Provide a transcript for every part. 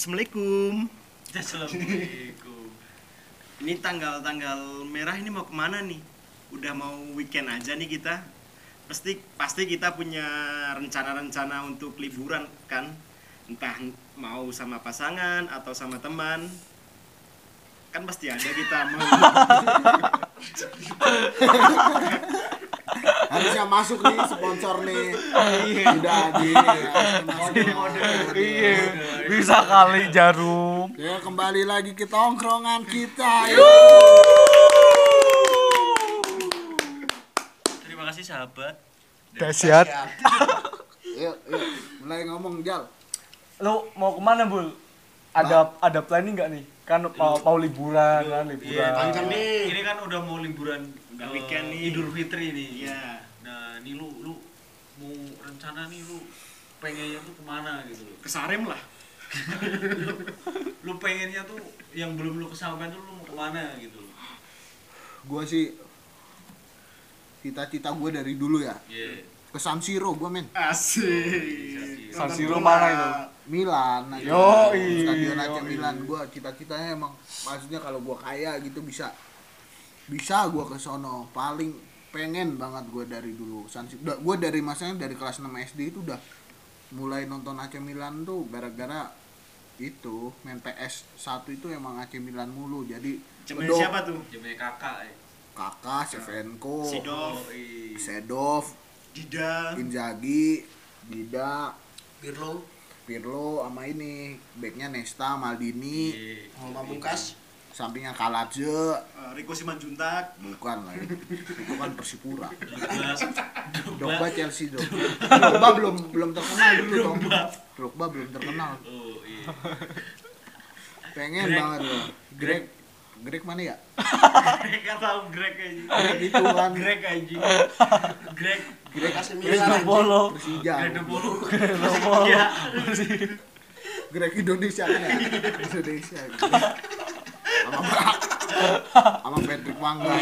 Assalamualaikum. Assalamualaikum. Ini tanggal merah ini mau kemana nih? Udah mau weekend aja nih kita. Pasti kita punya rencana-rencana untuk liburan kan? Entah mau sama pasangan atau sama teman. Kan pasti ada kita mau. Harusnya masuk nih sponsor nih. Udah di Iya, bisa kali Jarum. ya, kembali lagi ke tongkrongan kita. Terima kasih sahabat. Dahsyat. Yuk, mulai ngomong Jal. Lu mau kemana, Bul? Ada planning nggak nih? Kan mau liburan kan, liburan. Panjang nih. Ini kan udah mau liburan, Udah weekend nih. Idul Fitri nih. Iya. Nah, ini lu mau rencana nih, lu pengennya tuh kemana gitu loh. Kesarem lah. Lu pengennya tuh yang belum lu kesampaian tuh lu mau kemana gitu loh. Gua sih cita-cita gue dari dulu ya. Iya. Ke San Siro gua, men. Asik. San Nonton Siro bola. mana itu? Milan aja. Yoi, Stadion AC yoi. Milan. Gua cita-citanya emang maksudnya kalau gua kaya gitu bisa gua ke sono. Paling pengen banget gua dari dulu. Gua dari masanya dari kelas 6 SD itu udah mulai nonton AC Milan tuh gara-gara itu main PS 1 itu emang AC Milan mulu. Jadi Cemen kedok, siapa tuh? Jamnya kakak ya. Kakak, Shevchenko, Sidov, iya. Sedov, Dida. Inzaghi, Dida, Pirlo, Pirlo sama ini backnya Nesta, Maldini, Iya. Pamungkas, sampingnya Kaladze, Rico Simanjuntak. bukan lah itu kan Persipura. Drogba. Drogba Chelsea dong. Drogba belum terkenal dulu dong. Drogba belum terkenal. Oh, iya. Pengen Greg. banget gua. Greg mana ya? Enggak tahu Greg aja. Greg itu kan Greg aja. Greg Greg Casemiro, Bolo. Persija. Greg de Bolo. Bolo. Iya. Greg Indonesia kan ya? Indonesia. Sama Patrick Wangga.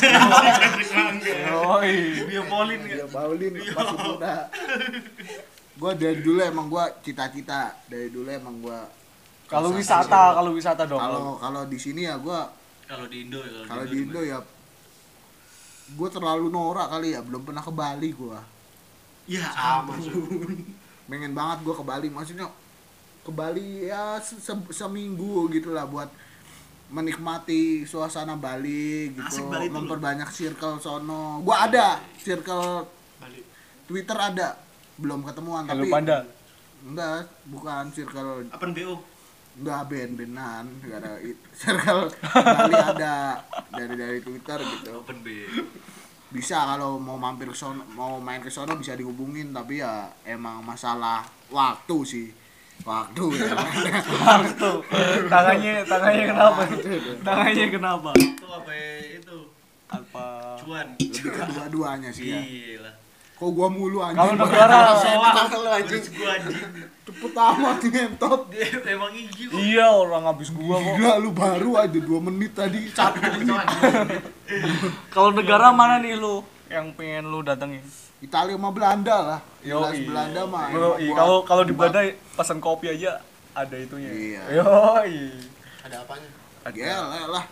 Yoi. Biopolin Dia enggak? Paulin masih muda. Gua dari dulu emang gua cita-cita dari dulu emang gua Kalau ke wisata dong. kalau di sini ya gua Kalau di Indo ya, kalau di Indo ya gua terlalu norak kali ya, belum pernah ke Bali gua. Ya Sama, ampun. Pengen banget gua ke Bali, maksudnya ke Bali ya seminggu gitu lah buat menikmati suasana Bali gitu, Asik Bali tuh. memperbanyak circle sono. Gua ada circle Bali. Twitter ada, belum ketemuan Halo tapi Panda. enggak, bukan circle, Apaan BO? enggak band-bandan, enggak ada circle Bali ada dari Twitter gitu. Open B. Bisa kalau mau mampir ke sono, mau main ke sono bisa dihubungin, tapi ya emang masalah waktu sih. Waktu ya. Tuh. Tangannya kenapa? Tangannya kenapa? Itu apa ya, itu? Apa? Cuan. Lebih ke dua-duanya sih ya. Gila. Kok gua mulu anjing. Kalau negara Soal lu anjing gua anjing. Cepet amat ngentot. Dia emang gigi kok. iya orang habis gua kok. Gila lu baru aja 2 menit tadi. Satu menit. Kalau negara mana nih lu yang pengen lu datengin? Italia sama Belanda lah. Jelas Yoi. Belanda mah. Yoi. emang Kalau di buat- Belanda pesan kopi aja ada itunya. Iya. Yoi. Ada apanya? Gila lah.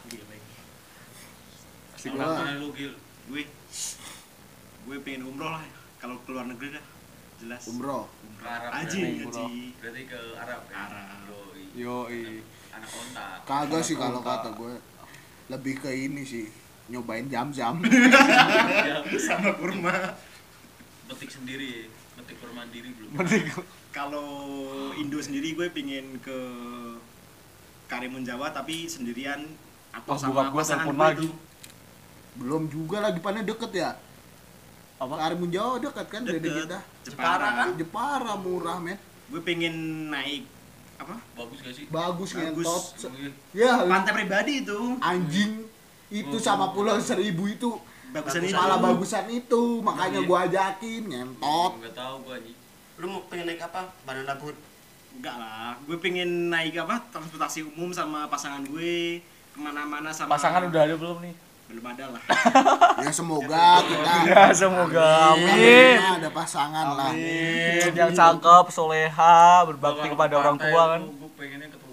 Asik Gua- banget. Mana lu Gil? Gue pengen umroh lah kalau keluar negeri dah. Jelas. Umroh. Ke Arab. Haji, Umroh. haji. Berarti ke Arab ya? Arab. Yoi. Yoi. Anak ontak. Kagak sih kalau Kontak. kata gue. Lebih ke ini sih. Nyobain jam-jam. Sama kurma. Petik sendiri, petik mandiri belum. Mending Kalau Indo sendiri gue pengen ke Karimun Jawa tapi sendirian atau Wah, sama buka gua pasangan telepon gue lagi. tuh. Belum juga lagi pannya deket ya. apa? Karimun Jawa dekat kan dari Deket. kita. Jepara kan? Jepara murah, men. Gue pengen naik apa? Bagus gak sih? Bagus Bagus. ngentot. Iya. Ya, Pantai pribadi itu. anjing itu sama Pulau Seribu itu Bagusan itu. malah bagusan itu, makanya Iya. gua ajakin ngentot. Enggak tahu gua anjing. Lu mau pengen naik apa? Banana boat. Enggak lah, gue pengen naik apa? Transportasi umum sama pasangan gue kemana-mana sama. Pasangan udah ada belum nih? Belum ada lah. Ya semoga kita Ya semoga amin. ada pasangan lah. Amin. Yang cakep, soleha, berbakti Kalau kepada ke orang pantai tua kan. Gua pengennya ketemu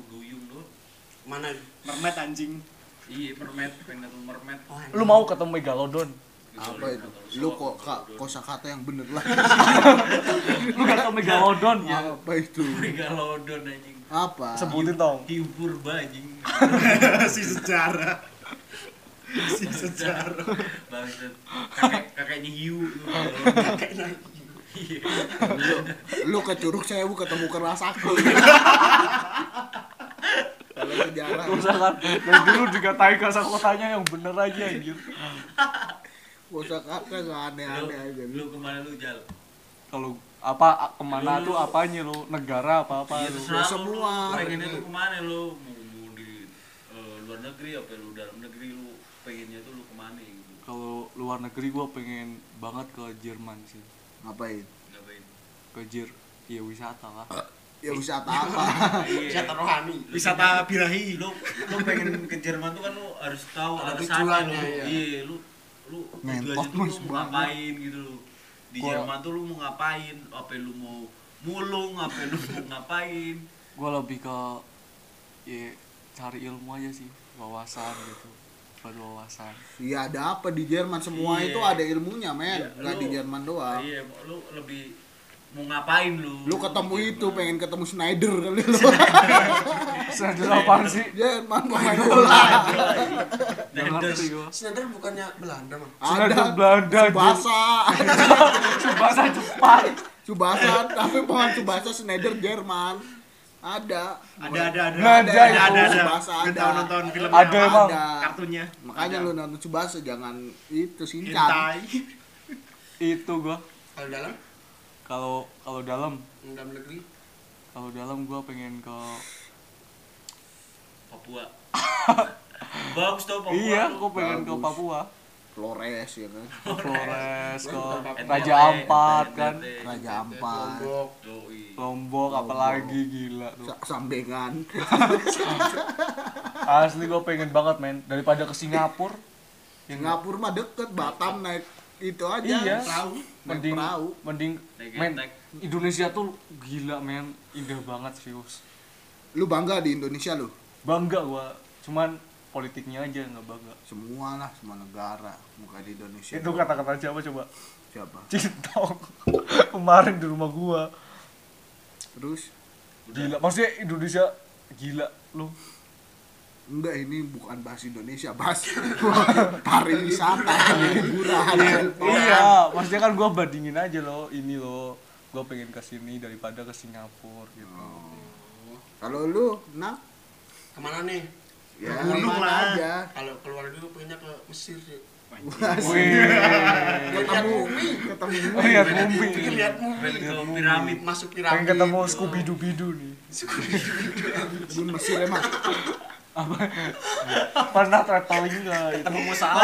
Mana? Mermaid anjing. Iya, mermaid, pengen ketemu mermaid. Oh, Lu mau ketemu Megalodon? Apa itu? Lu kok kosakata yang bener lah. Lu gak tau Megalodon? Apa itu? Megalodon anjing. Apa? Sebutin dong. Hiu purba anjing. Si sejarah. Si sejarah. Bangsat. Kakeknya hiu. Kakeknya. Iya. Lu ke Curug Sewu ketemu Kerasako. Kalau sejarah. Misalkan dari dulu dikatain kota-kotanya yang bener aja anjir. Kosakata gak aneh-aneh aja. Lu kemana lu, Jal? Kalau apa kemana Lu- tuh apanya lu? Negara apa-apa Iya, lu? terserah semua. Lu pengennya tuh kemana lu? Mau di luar negeri apa lu dalam negeri lu pengennya tuh lu kemana gitu? Kalau luar negeri gua pengen banget ke Jerman sih. Ngapain? Ngapain? Ke ya wisata lah. Ya wisata apa? Wisata rohani. Wisata birahi. Lu pengen ke Jerman tuh kan lu harus tahu Ada alasannya tujuannya, lu. iya. Iya, lu Ngentot tujuannya tuh mas lu mau banget. ngapain gitu lu. Di Gua- Jerman tuh lu mau ngapain? Apa lu mau mulung, apa lu mau ngapain? Gua lebih ke ya cari ilmu aja sih, wawasan gitu. Berwawasan. Iya ada apa di Jerman semua Iya. itu ada ilmunya men. Iya, Gak lu- di Jerman doang. Iya, lu lebih mau ngapain lu? Lu ketemu di itu Jerman? pengen ketemu Schneider kali lu. Sadar apaan sih? Jerman pemain bola. Gak ngerti gua. Schneider bukannya Belanda, Mang? Schneider Belanda, Subasa. Bahasa Jepang. Subasa tapi pemain Subasa Schneider Jerman. Ada. Ada. Ada itu. Ada. Subasa Lu ada. tahu nonton filmnya? Ada emang. Kartunya. Makanya Ada. lu nonton Subasa jangan itu Shinchan. Hentai. Itu gua Kalau dalam? kalau dalam Dalam negeri? gua pengen ke Papua. Bagus tau Papua. iya, lu. gua pengen ke Bagus. Papua. Flores ya kan. Ke Flores, ke NTT, Raja Ampat kan. NTT. Raja Ampat. Lombok. Yoi. Lombok apalagi gila tuh. Sambengan. Asli gua pengen banget men daripada ke Singapura. Singapura mah deket, Batam naik itu aja. Iya. Perahu. Naik Mending perahu. mending Naik men getek. Indonesia tuh gila men, indah banget serius. Lu bangga di Indonesia lu? Bangga gua, cuman politiknya aja nggak bangga. Semua lah, semua negara muka di Indonesia. Itu kata-kata siapa coba? Siapa? Cintong. Kemarin di rumah gua. Terus Gila, maksudnya Indonesia gila lu. enggak ini bukan bahas Indonesia, bahas pariwisata, hiburan. Iya, maksudnya kan gua bandingin aja loh, ini loh. Gua pengen ke sini daripada ke Singapura gitu. Kalau lu, nah, Kemana nih? ya Gunung mana lah. aja. Kalau keluar dulu pengennya ke Mesir sih. Wih. Lihat bumi. Ketemu Oh iya, bumi. Pengen lihat bumi. Pengen ke piramid. Masuk Pengen piramid. ketemu Scooby-Doo nih. di Mesir emang. Pernah traveling nggak? Ketemu Musalah.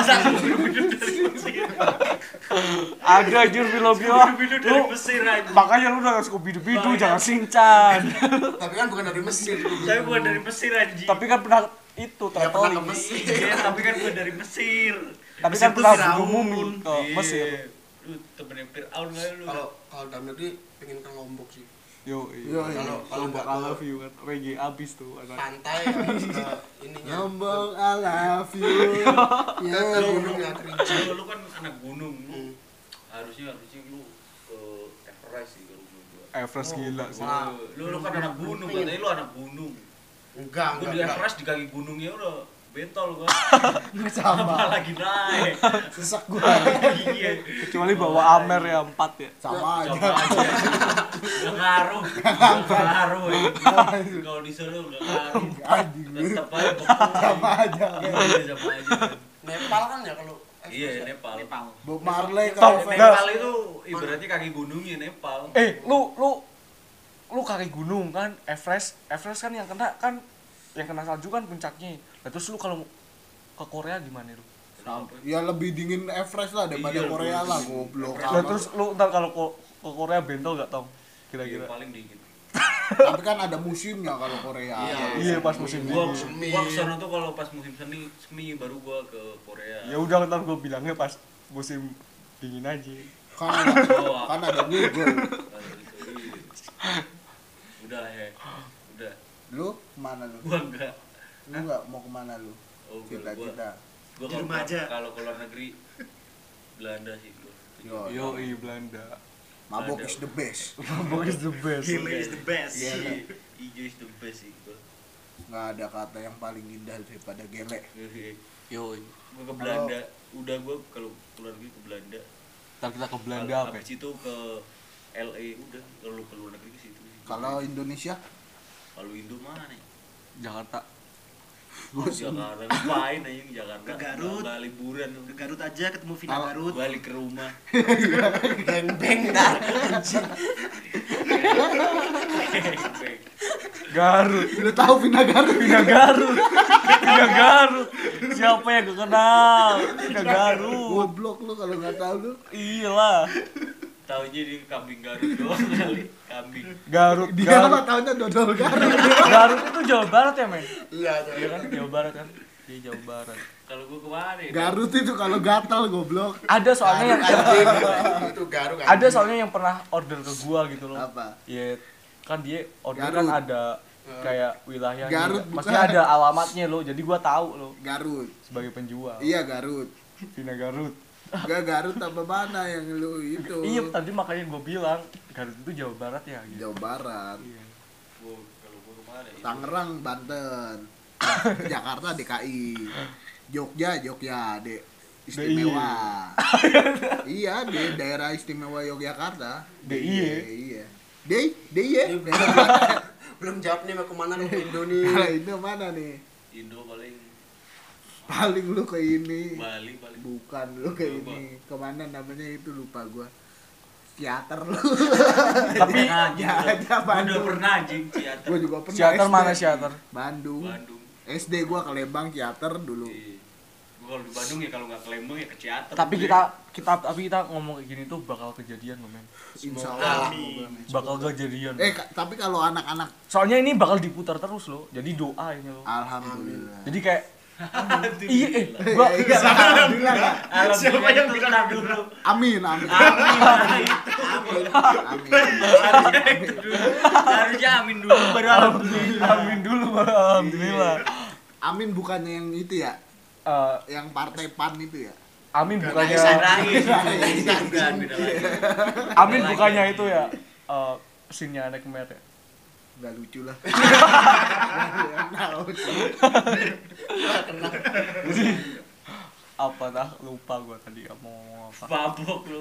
Ada anjir film-film. Video dari Mesir aja. Makanya lu udah Scooby-Doo, jangan Shinchan. Tapi kan bukan dari Mesir. Tapi bukan dari Mesir anjing. Tapi kan pernah itu Ya, pernah traveling. ke Mesir. Iya, tapi kan bukan dari Mesir. Tapi Mesir kan tuh pernah Firaun. bergumumi ke Iya. Mesir. Lu temennya Fir'aun gak lu? Kalau dalam negeri pengen ke Lombok sih. Yo, Yo, iya. Kalau Lombok nggak I ke- love you kan. Reggae abis tuh anak. Pantai ya, ke ininya. Lombok, I love you. Ya, Ke gunungnya Kerinci. Lu kan anak gunung. Lu Hmm. harusnya lu ke Everest sih kalau menurut gua. Everest gila sih. Wah. Lu kan anak gunung, katanya lu anak gunung. Enggak, Lu di enggak. Everest di kaki gunungnya udah bentol gua. sama. Apalagi naik. Sesak gua. Iya. Kecuali bawa Amer ya 4 ya. Sama aja. Coba aja. Gak ngaruh. Gak ngaruh. Kalau di sana gak ngaruh. Anjing lu. Tetap aja beku. Sama aja. Iya, sama aja. Nepal kan ya kalau Iya, Nepal. Bob Marley Tau, kalau Nah. Nepal itu ibaratnya kaki gunungnya Nepal. Lu kaki gunung kan, Everest kan yang kena salju kan puncaknya. Nah, terus lu kalau ke Korea gimana lu? ya lebih dingin Everest lah daripada Iya, Korea lah, dingin. goblok. Nah, terus lu ntar kalau ke Korea bentol gak tau? Iya, Kira-kira. paling dingin. Tapi kan ada musimnya kalau Korea. Iya, pas musim Gua dingin. gua kesana tuh kalau pas musim semi baru gua ke Korea. Ya udah ntar gua bilangnya pas musim dingin aja. Kan ada, Oh, kan ada Google. Udah ya. Udah. Lu kemana lu? Gua enggak. Lu nggak mau kemana lu? Oh, Cita-cita. Gua Di rumah aja. Kalau ke luar negeri Belanda sih gua. Yo, Belanda. mabok Ada. is the best. Mabok is the best. Gile is the best. Iya. Ijo is the best sih gua. Nggak ada kata yang paling indah daripada gele. Yo. Gua ke Belanda. Udah gua kalau keluar negeri ke Belanda. Ntar kita ke Belanda apa? Habis itu ke LA udah kalau ke luar negeri ke situ. Kalau Indonesia, Kalau Indo mana nih? Jakarta. Jakarta ngapain anjing Jakarta? Ke Garut. Nggak liburan. Ke Garut aja ketemu Vina Kalau- Garut. Balik ke rumah. Beng dah. Anjing. Garut. udah tahu Vina Garut. Vina Garut. Vina Garut. Siapa yang gak kenal? Vina Garut. Goblok lu kalau nggak tahu lu. Iyalah. Taunya di kambing Garut doang kali. Kambing. Garut. Dia Garut. mah taunya dodol Garut. Garut itu Jawa Barat ya, men? Iya tuh. Iya kan? Jawa Barat kan? Iya Jawa Barat. Kalau gua kemana ya? Garut itu kalau gatal goblok. Ada soalnya yang Anjing. Itu garuk anjing. ada soalnya yang pernah order ke gua gitu loh. Apa? Iya, kan dia order Garut. kan ada kayak wilayahnya. Garut Maksudnya bukan. ada alamatnya loh. Jadi gua tahu loh Garut. sebagai penjual. Iya Garut. Vina Garut. Gak Garut apa mana yang lu itu? Iya, tadi makanya gua bilang Garut itu Jawa Barat ya gitu. Jawa Barat. Iya. Kalau gua kemana ya? Tangerang, Banten. Jakarta DKI. Jogja istimewa. Iya, di daerah istimewa Yogyakarta. DIY. Iya. DIY. Belum jawab nih mau kemana lu ke Indonesia. Nah, itu mana nih? Indo Paling lu ke ini. Bali paling. Bukan lu ke Coba. ini. Kemana namanya itu lupa gua. Teater lu. Tapi Ya, aja Gua udah Bandung. pernah anjing teater. Gua juga pernah. teater SD. mana teater? Bandung. Bandung. SD gua ke Lembang teater dulu. Iya. Gua kalau di Bandung ya kalau nggak ke Lembang ya ke teater. Tapi kita ngomong kayak gini tuh bakal kejadian loh, men. Insya Amin. Allah. Bakal kejadian. Tapi kalau anak-anak Soalnya ini bakal diputar terus loh. Jadi doa ini loh. alhamdulillah. Jadi kayak iya gua Iya, alhamdulillah. Kak. Siapa yang bilang dulu? Amin. Harusnya amin dulu baru alhamdulillah. amin dulu baru alhamdulillah. Amin bukannya yang itu ya, Eh, yang partai PAN itu ya. amin bukannya Bukan beda lagi. amin bukannya itu ya. Scene-nya anak kemer ya. Gak lucu lah. Yang tahu sih. Apa dah lupa gua tadi mau ngomong apa. Mabok lu.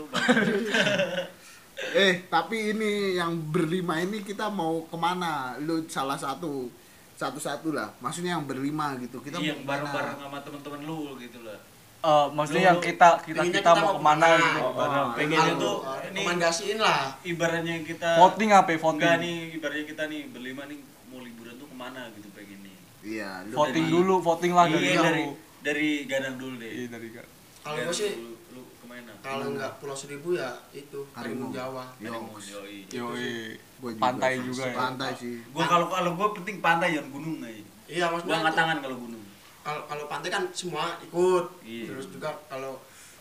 Tapi ini yang berlima ini kita mau kemana? Lu salah satu lah. Maksudnya yang berlima gitu. Kita Iya, mau kemana? bareng-bareng sama teman-teman lu gitu lah. Maksudnya yang kita mau kemana gitu. Pengennya Kalau tuh ini rekomendasiin lah. ibaratnya kita Voting apa ya? Voting. enggak nih, ibaratnya kita nih berlima nih mau liburan tuh kemana gitu pengen nih. Iya, lu Voting dari- dulu, voting lah dari Iya, dulu. dari Gadang dulu deh. Iya dari kan. Kalau Gadang gue sih dulu, lu kemana? kalau nggak Pulau Seribu ya itu Karimun. Karimun Jawa. Yos. Yoi. Yoi. Gua juga Pantai sih. juga ya. Pantai sih. Gua penting pantai jangan gunung aja. Iya Gua maksudnya angkat itu. tangan kalau gunung. Kalau pantai kan semua ikut. Iya. Terus juga kalau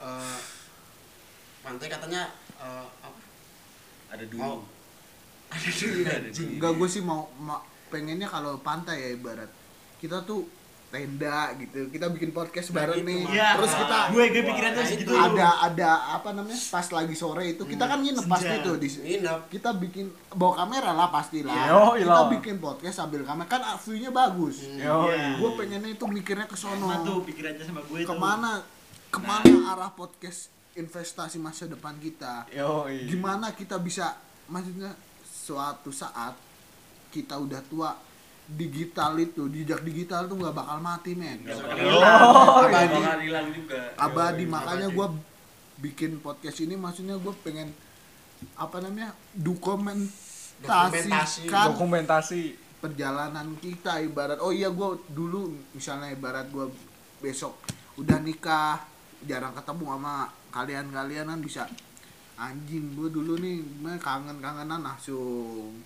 pantai katanya apa? Ada Mau. dulu. Ada dulu anjing. Enggak, gue sih mau pengennya kalau pantai ya ibarat kita tuh tenda gitu, kita bikin podcast Nah, bareng gitu, nih, Mas. Iya. terus kita gue pikirannya Nah, segitu. itu. ada apa namanya pas lagi sore itu kita kan nginep pasti Senja. tuh Nginep. kita bikin bawa kamera lah pastilah, Yo, kita ilah. bikin podcast sambil kamera kan view-nya bagus. Yoi. Iya. Gue pengennya itu mikirnya ke sono, Sama tuh pikirannya sama gue tuh. kemana arah podcast investasi masa depan kita, Yoi. gimana kita bisa, maksudnya suatu saat kita udah tua, digital itu jejak digital tuh nggak bakal mati men, Nggak bakal Abadi. hilang. Nggak bakal hilang juga. abadi. Makanya abadi. gue bikin podcast ini, maksudnya gue pengen apa namanya dokumentasikan Dokumentasi. perjalanan kita, ibarat oh iya gue dulu misalnya ibarat gue besok udah nikah jarang ketemu sama kalian kan bisa anjing gue dulu nih kangen-kangenan langsung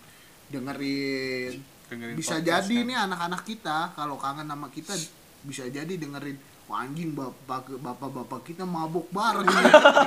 dengerin bisa podcast jadi kan. nih anak-anak kita kalau kangen sama kita bisa jadi dengerin Wah, anjing bapak-bapak kita mabuk bareng ini.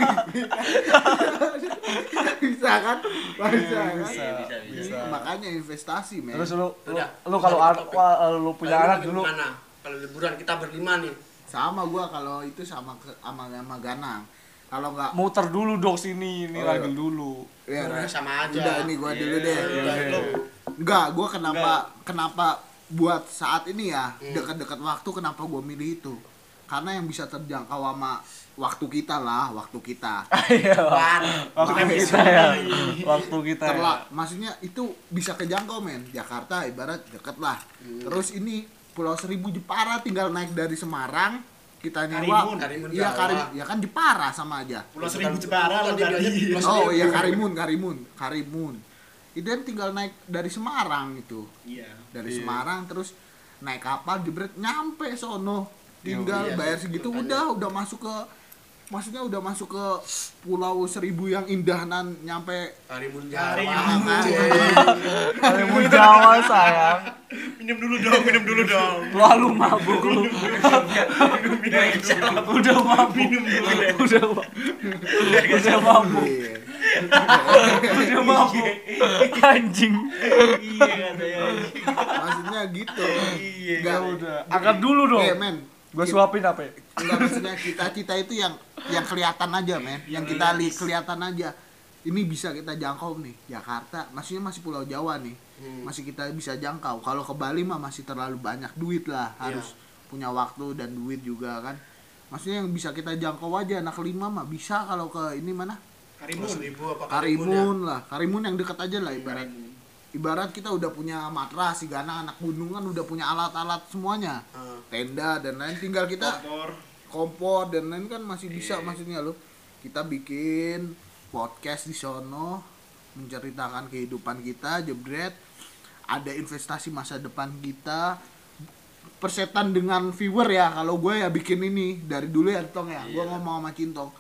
Bisa kan? Bisa kan? Bisa. Makanya investasi, men. Terus lu Udah, kalau balik ke topik. lu punya Kalau lu anak lagi dulu gimana? Kalau liburan kita berlima nih. Sama gua kalau itu sama Ganang. Kalau nggak muter dulu dong sini, ini Oh, lagi iya. dulu. ya, Udah, sama aja. Udah ini gua dulu deh. Iya. Enggak, gua kenapa buat saat ini ya, dekat-dekat waktu kenapa gua milih itu? Karena yang bisa terjangkau sama waktu kita lah, waktu kita. Iya. Ban. Waktu kita ya. Waktu kita. Ya. Maksudnya itu bisa kejangkau, men. Jakarta ibarat deket lah. Terus ini Pulau Seribu Jepara tinggal naik dari Semarang, kita nyewa. Karimun Iya, Jawa. ya kan Jepara sama aja. Pulau Seribu Jepara lo Tadi tadi. bilangnya Oh Pulau iya, Seribu. Karimun. Itu kan tinggal naik dari Semarang itu. Iya. Dari Semarang terus naik kapal jebret nyampe sono. Tinggal Iya, bayar segitu makanya. udah masuk ke, maksudnya udah masuk ke Pulau Seribu yang indah nan nyampe Karimun Karimun. Karimun Jawa sayang. Minum dulu dong. Lalu mabuk lu. Udah mabuk. Udah mabuk. Iya. Udah mabuk. Anjing. Iya katanya. Maksudnya gitu. Iya. Enggak Udah. Angkat dulu dong. men. Gua suapin apa ya? Enggak, maksudnya cita-cita itu yang kelihatan aja, men. Yang kita lihat kelihatan aja. Ini bisa kita jangkau nih, Jakarta. Maksudnya masih Pulau Jawa nih. Masih kita bisa jangkau. Kalau ke Bali mah masih terlalu banyak duit lah. Harus punya waktu dan duit juga kan. Maksudnya yang bisa kita jangkau aja anak 5 mah bisa. Kalau ke ini mana? Karimun. Pulau Seribu apa Karimun lah. Karimun yang dekat aja lah ibarat. Karimun. Ibarat kita udah punya matras, si Gana anak gunung kan udah punya alat-alat semuanya. Tenda dan lain, tinggal kita kompor dan lain kan masih bisa. Maksudnya lo kita bikin podcast di sono menceritakan kehidupan kita, jebret ada investasi masa depan kita, persetan dengan viewer ya. Kalau gue ya bikin ini dari dulu ya Tong ya, gue ngomong sama Cintong,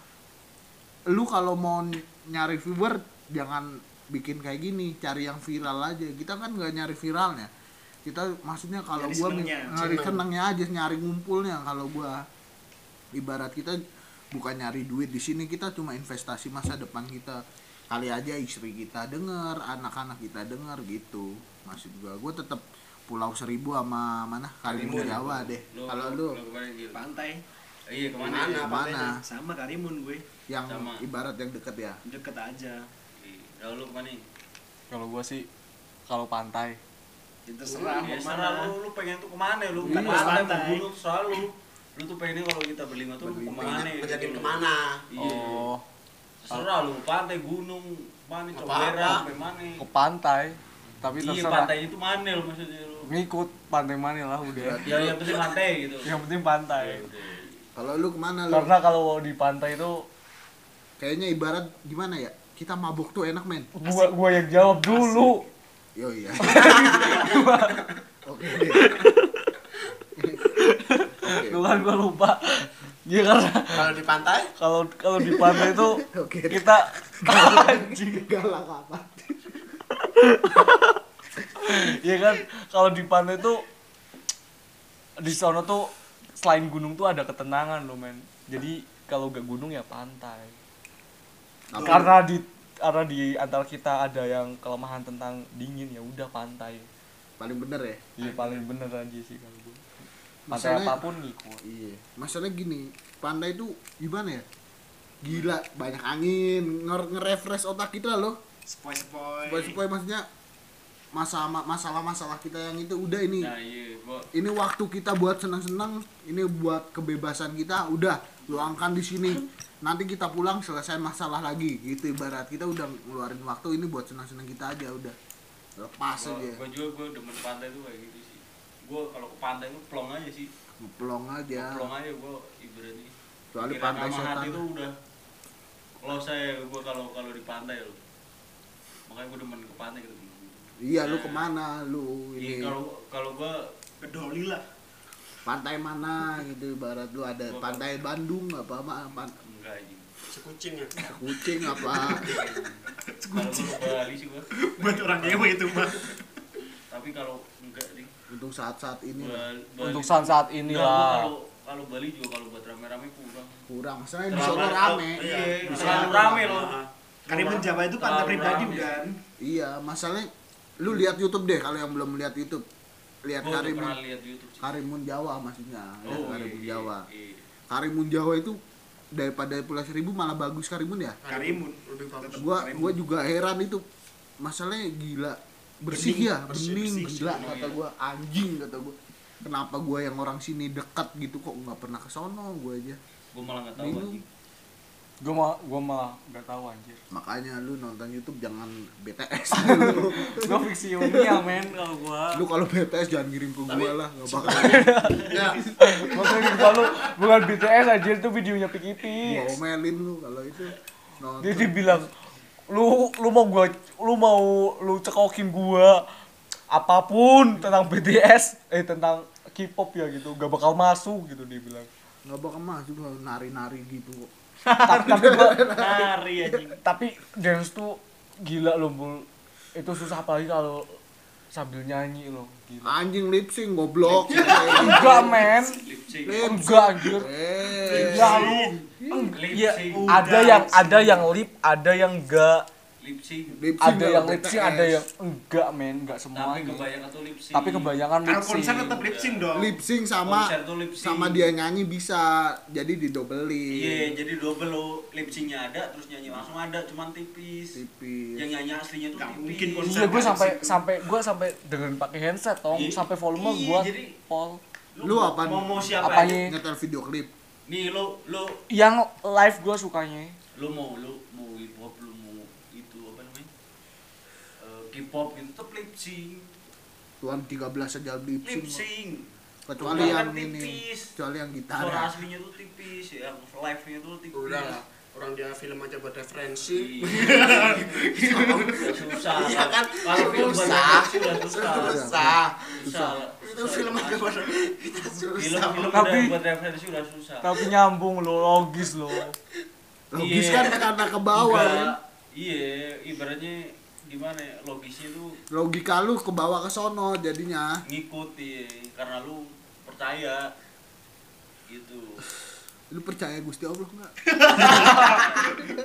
lu kalau mau nyari viewer jangan bikin kayak gini, cari yang viral aja. Kita kan nggak nyari viralnya, kita maksudnya kalau Nyari gue senengnya, nyari senengnya aja, nyari ngumpulnya. Kalau gue ibarat kita bukan nyari duit di sini, kita cuma investasi masa depan kita. Kali aja istri kita denger, anak-anak kita denger gitu. Maksud gue tetap Pulau Seribu sama mana Karimun Jawa deh. Kalau lu kemana Gil? Pantai. Iya kemana? Mana? ya? mana Sama Karimun gue. yang Sama. ibarat yang deket ya? Deket aja. Iya. Lu kemana? Kalau gua sih kalau pantai. Ya, terserah Ya mau serah mana. lu pengen tuh kemana lu? Iya, Kan pantai pantai. mau gunung selalu. Lu tuh pengennya kalau kita berlima tuh kemana? Ngejadiin gitu. kemana? Iya. Oh, Terserah lu, pantai, gunung, mana, Apa-apa. Combera, sampai mana. ke pantai. Tapi Iya, terserah. pantai itu mana lu maksudnya lu? Ngikut pantai mana lah udah. Ya yang penting pantai gitu. Yang penting pantai. Ya udah. Kalau lu kemana lu? Karena kalau di pantai itu Kayaknya ibarat gimana ya? Kita mabuk tuh enak, men. gua yang jawab dulu. Yo iya. Oke. Lu kan gua lupa. Iya karena Kalau di pantai? kalau di pantai itu Oke. kita anjing. Galak apa? Iya kan kalau di pantai tuh di sono tuh selain gunung tuh ada ketenangan loh men. Jadi kalau gak gunung ya pantai. Karena di antara kita ada yang kelemahan tentang dingin ya udah pantai. Paling bener ya? Iya paling bener aja sih kalau gue. Pantai Masalahnya- apapun ngikut. Iya. Masalahnya gini, pantai itu gimana ya? Gila, banyak angin, nge-refresh otak kita loh. Sepoi-sepoi. Supaya maksudnya masalah-masalah kita yang itu udah ini. Nah, iya, gua Ini waktu kita buat senang-senang, ini buat kebebasan kita, udah luangkan di sini. Nanti kita pulang selesai masalah lagi, gitu ibarat kita udah ngeluarin waktu ini buat senang-senang kita aja udah. Lepas aja. gua juga gua demen pantai tuh kayak gitu sih. Gua kalau ke pantai tuh plong aja sih. Ngeplong aja. Plong aja gua ibaratnya. Kecuali Pikiran pantai sama hati setan. tuh udah kalau gua kalau di pantai loh. Makanya gua demen ke pantai gitu. Iya, lu kemana? Lu Iya, ini kalau gua Kedoli lah. pantai mana gitu ibarat lu ada pantai Bandung apa enggak aja. Sekucing ya. Kucing apa Kalau gua ke Bali sih gua. Buat orang dewa itu mah. Tapi kalau enggak nih untuk saat-saat ini. Bali- Untuk saat Enggak, ini gua lah. kalau kalau Bali juga kalau buat rame-rame kurang. Masalahnya di sono rame. Iya, Di terlalu sono rame loh. Karimun Jawa itu pantai Terlalu pribadi rame. bukan? Iya, masalahnya lu lihat YouTube deh kalau yang belum lihat YouTube. Lihat Gua udah Karimun. pernah lihat di YouTube sih. Karimun Jawa maksudnya. Lihat Karimun iya, Jawa. iya. Karimun Jawa itu daripada Pulau Seribu malah bagus Karimun ya. Karimun. Lebih bagus. Gua juga heran itu. Masalahnya gila. Bersih Bening, ya, bersih, bening bersih. gila Oh, kata iya. gua, anjing kata gua. Kenapa gua yang orang sini dekat gitu kok nggak pernah ke sono gua aja. Gua malah nggak tahu Bingung. anjing. Gua malah nggak tahu anjir. Makanya lu nonton YouTube jangan BTS. Gua fiksi ilmiah men kalau gua. Lu kalau BTS jangan ngirim ke gua lah, enggak bakal. Ya, Maksudnya gua lu bukan BTS anjir, itu videonya PKP. Gua omelin lu kalau itu nonton. Dia bilang lu mau cekokin gua apapun tentang BTS tentang K-pop ya gitu, gak bakal masuk gitu dia bilang. Nggak bakal masuk kalau nari-nari gitu kok. Tapi gua Nari anjing. tapi dance tuh gila loh Bul. Itu susah apalagi kalau sambil nyanyi loh, gila. Anjing lip sync goblok. Enggak men, Lip sync. enggak anjir. Enggak lu. Lip Iya, sync. ada yang lip, ada yang enggak. Lip sync. Ada yang lip sync, ada yang enggak men, enggak Tapi semuanya. kebanyakan tuh lip sync. Tapi kebanyakan lip Kalau konser sync. tetap lip sync dong. lip sync sama Konser tuh lip sync. sama dia nyanyi bisa jadi didobelin. Iya, jadi double lo lip syncnya ada, terus nyanyi langsung ada, cuman tipis. Tipis. Yang nyanyi aslinya tuh Nggak tipis. mungkin konser. Iya, gue sampai dengan pakai headset tong, Iya. sampai volume Iya, gua jadi- pol. Lu apa? Mau siapa Apanya? aja? Nyetel video klip. Nih lo Yang live gua sukanya. mau hip hop, lu mau itu apa namanya? K-pop gitu tetep lip sync. Tuan 13 aja lip Lip sync. sync. Kecuali Udah yang kan ini. tipis. Kecuali yang gitar. Suara ya. aslinya tuh tipis, yang live-nya tuh tipis. udah lah. Orang dia film aja buat referensi. Iya. Udah susah. Iya kan? Kalau film buat Susah. referensi udah susah. Susah. Susah. Itu film aja buat kita susah. Film Tapi- udah buat referensi udah susah. Tapi nyambung lo, logis lo. Logis Iya. kan karena ke bawah Enggak, kan. iya, ibaratnya gimana ya, logisnya tuh Logika lu ke bawah ke sono jadinya. ngikuti karena lu percaya gitu. Lu percaya Gusti Allah enggak?